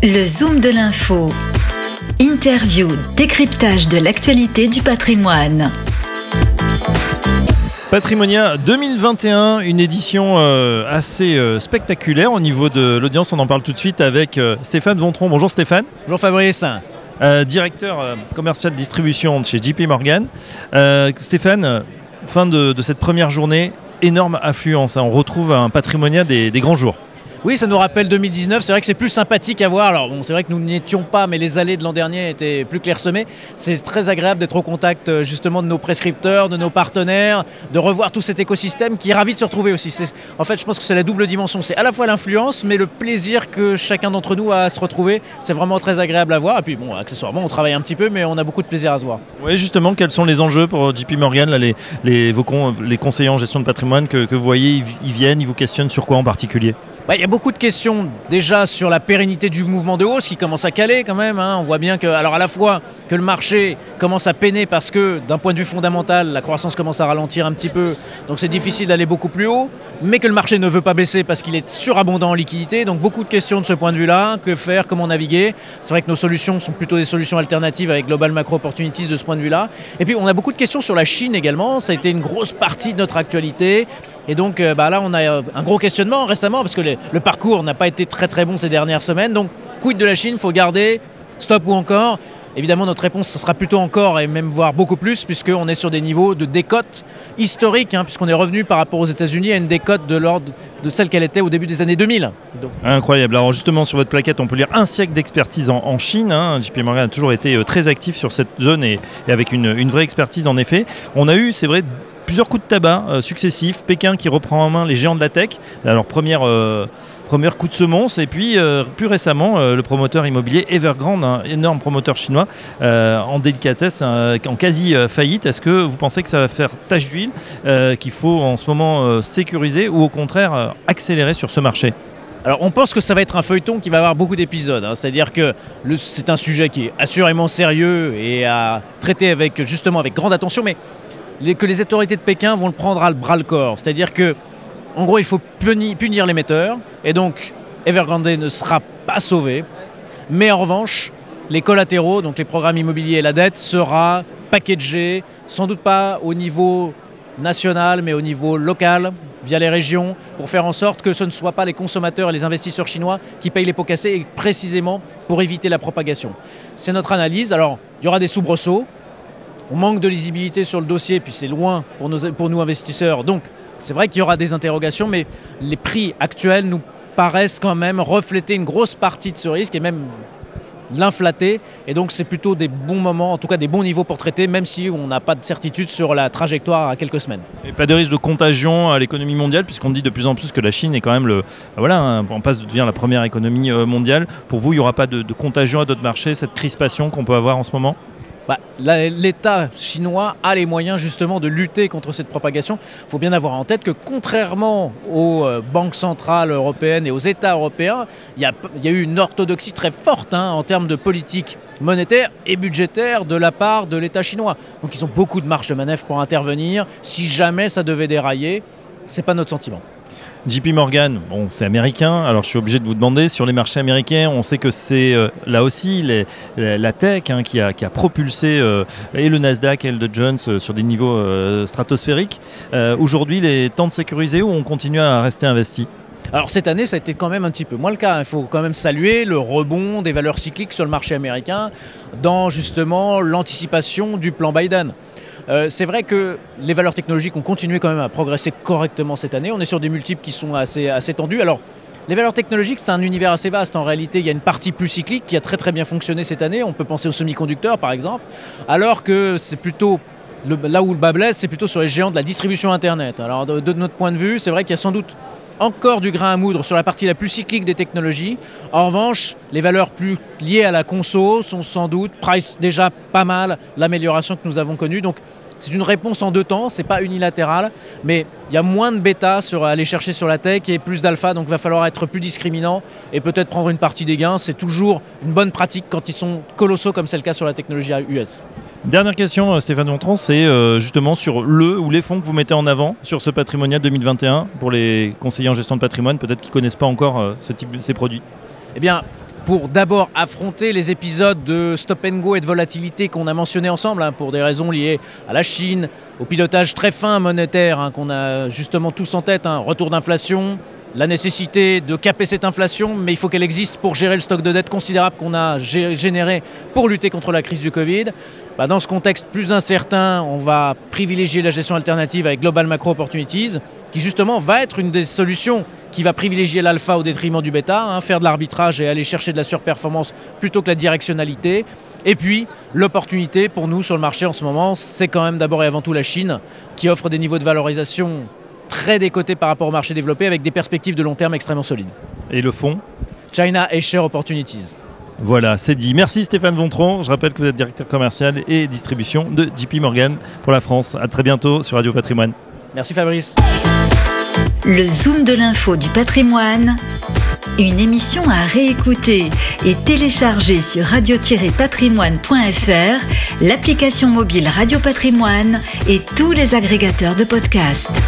Le Zoom de l'info. Interview, décryptage de l'actualité du patrimoine. Patrimonia 2021, une édition assez spectaculaire au niveau de l'audience. On en parle tout de suite avec Stéphane Vontron. Bonjour Stéphane. Bonjour Fabrice. Directeur commercial distribution de chez JP Morgan. Stéphane, fin de cette première journée, énorme affluence. On retrouve un Patrimonia des grands jours. Oui, ça nous rappelle 2019. C'est vrai que c'est plus sympathique à voir. Alors bon, c'est vrai que nous n'y étions pas, mais les allées de l'an dernier étaient plus clairsemées. C'est très agréable d'être au contact justement de nos prescripteurs, de nos partenaires, de revoir tout cet écosystème qui est ravi de se retrouver aussi. En fait, je pense que c'est la double dimension. C'est à la fois l'influence, mais le plaisir que chacun d'entre nous a à se retrouver. C'est vraiment très agréable à voir. Et puis bon, accessoirement, on travaille un petit peu, mais on a beaucoup de plaisir à se voir. Oui, justement, quels sont les enjeux pour JP Morgan, là, les conseillers en gestion de patrimoine que vous voyez, ils viennent, ils vous questionnent sur quoi en particulier ? Il y a beaucoup de questions déjà sur la pérennité du mouvement de hausse qui commence à caler quand même. On voit bien que, alors à la fois que le marché commence à peiner parce que d'un point de vue fondamental, la croissance commence à ralentir un petit peu, donc c'est difficile d'aller beaucoup plus haut, mais que le marché ne veut pas baisser parce qu'il est surabondant en liquidité. Donc beaucoup de questions de ce point de vue-là, que faire, comment naviguer. C'est vrai que nos solutions sont plutôt des solutions alternatives avec Global Macro Opportunities de ce point de vue-là. Et puis on a beaucoup de questions sur la Chine également. Ça a été une grosse partie de notre actualité. Et donc là, on a un gros questionnement récemment parce que le parcours n'a pas été très très bon ces dernières semaines. Donc, quid de la Chine, faut garder, stop ou encore ? Évidemment, notre réponse, ce sera plutôt encore et même voire beaucoup plus puisqu'on est sur des niveaux de décote historiques, puisqu'on est revenu par rapport aux États-Unis à une décote de l'ordre de celle qu'elle était au début des années 2000. Donc. Incroyable. Alors justement, sur votre plaquette, on peut lire un siècle d'expertise en Chine. JP Morgan a toujours été très actif sur cette zone et avec une vraie expertise en effet. On a eu, c'est vrai, plusieurs coups de tabac successifs. Pékin qui reprend en main les géants de la tech. Alors première coup de semonce. Et puis plus récemment, le promoteur immobilier Evergrande, un énorme promoteur chinois, en délicatesse, en quasi faillite. Est-ce que vous pensez que ça va faire tache d'huile, qu'il faut en ce moment sécuriser ou au contraire accélérer sur ce marché ? Alors on pense que ça va être un feuilleton qui va avoir beaucoup d'épisodes, c'est-à-dire que c'est un sujet qui est assurément sérieux et à traiter avec grande attention, mais que les autorités de Pékin vont le prendre à bras-le-corps. C'est-à-dire que, en gros, il faut punir l'émetteur, et donc Evergrande ne sera pas sauvé. Mais en revanche, les collatéraux, donc les programmes immobiliers et la dette, sera packagé, sans doute pas au niveau national, mais au niveau local, via les régions, pour faire en sorte que ce ne soient pas les consommateurs et les investisseurs chinois qui payent les pots cassés, et précisément pour éviter la propagation. C'est notre analyse. Alors, il y aura des soubresauts. On manque de lisibilité sur le dossier, puis c'est loin pour nous investisseurs. Donc, c'est vrai qu'il y aura des interrogations, mais les prix actuels nous paraissent quand même refléter une grosse partie de ce risque et même l'inflater. Et donc, c'est plutôt des bons moments, en tout cas des bons niveaux pour traiter, même si on n'a pas de certitude sur la trajectoire à quelques semaines. Et pas de risque de contagion à l'économie mondiale, puisqu'on dit de plus en plus que la Chine est quand même on passe de devenir la première économie mondiale. Pour vous, il n'y aura pas de contagion à d'autres marchés, cette crispation qu'on peut avoir en ce moment ? L'État chinois a les moyens justement de lutter contre cette propagation. Il faut bien avoir en tête que contrairement aux banques centrales européennes et aux États européens, il y a eu une orthodoxie très forte en termes de politique monétaire et budgétaire de la part de l'État chinois. Donc ils ont beaucoup de marge de manœuvre pour intervenir. Si jamais ça devait dérailler, ce n'est pas notre sentiment. JP Morgan, c'est américain, alors je suis obligé de vous demander, sur les marchés américains, on sait que c'est là aussi la tech qui a propulsé et le Nasdaq et le Dow Jones sur des niveaux stratosphériques. Aujourd'hui, il est temps de sécuriser ou on continue à rester investi ? Alors cette année, ça a été quand même un petit peu moins le cas. Il faut quand même saluer le rebond des valeurs cycliques sur le marché américain dans justement l'anticipation du plan Biden. C'est vrai que les valeurs technologiques ont continué quand même à progresser correctement cette année. On est sur des multiples qui sont assez tendus. Alors, les valeurs technologiques, c'est un univers assez vaste. En réalité, il y a une partie plus cyclique qui a très très bien fonctionné cette année. On peut penser aux semi-conducteurs, par exemple. Alors que c'est plutôt, là où le bas blesse, c'est plutôt sur les géants de la distribution Internet. Alors, de notre point de vue, c'est vrai qu'il y a sans doute encore du grain à moudre sur la partie la plus cyclique des technologies. En revanche, les valeurs plus liées à la conso sont sans doute price déjà pas mal l'amélioration que nous avons connue. Donc c'est une réponse en deux temps, c'est pas unilatéral, mais il y a moins de bêta à aller chercher sur la tech et plus d'alpha, donc il va falloir être plus discriminant et peut-être prendre une partie des gains. C'est toujours une bonne pratique quand ils sont colossaux comme c'est le cas sur la technologie US. Dernière question, Stéphane Vontron, c'est justement sur les fonds que vous mettez en avant sur ce Patrimonia 2021 pour les conseillers en gestion de patrimoine, peut-être qui ne connaissent pas encore ces produits. Eh bien, pour d'abord affronter les épisodes de stop and go et de volatilité qu'on a mentionnés ensemble, pour des raisons liées à la Chine, au pilotage très fin monétaire qu'on a justement tous en tête, retour d'inflation, la nécessité de caper cette inflation, mais il faut qu'elle existe pour gérer le stock de dette considérable qu'on a généré pour lutter contre la crise du Covid. Dans ce contexte plus incertain, on va privilégier la gestion alternative avec Global Macro Opportunities, qui justement va être une des solutions qui va privilégier l'alpha au détriment du bêta, faire de l'arbitrage et aller chercher de la surperformance plutôt que la directionnalité. Et puis, l'opportunité pour nous sur le marché en ce moment, c'est quand même d'abord et avant tout la Chine, qui offre des niveaux de valorisation très décotés par rapport au marché développé, avec des perspectives de long terme extrêmement solides. Et le fonds China A-Share Opportunities. Voilà, c'est dit. Merci Stéphane Vontron. Je rappelle que vous êtes directeur commercial et distribution de JP Morgan pour la France. À très bientôt sur Radio Patrimoine. Merci Fabrice. Le Zoom de l'info du patrimoine, une émission à réécouter et télécharger sur radio-patrimoine.fr, l'application mobile Radio Patrimoine et tous les agrégateurs de podcasts.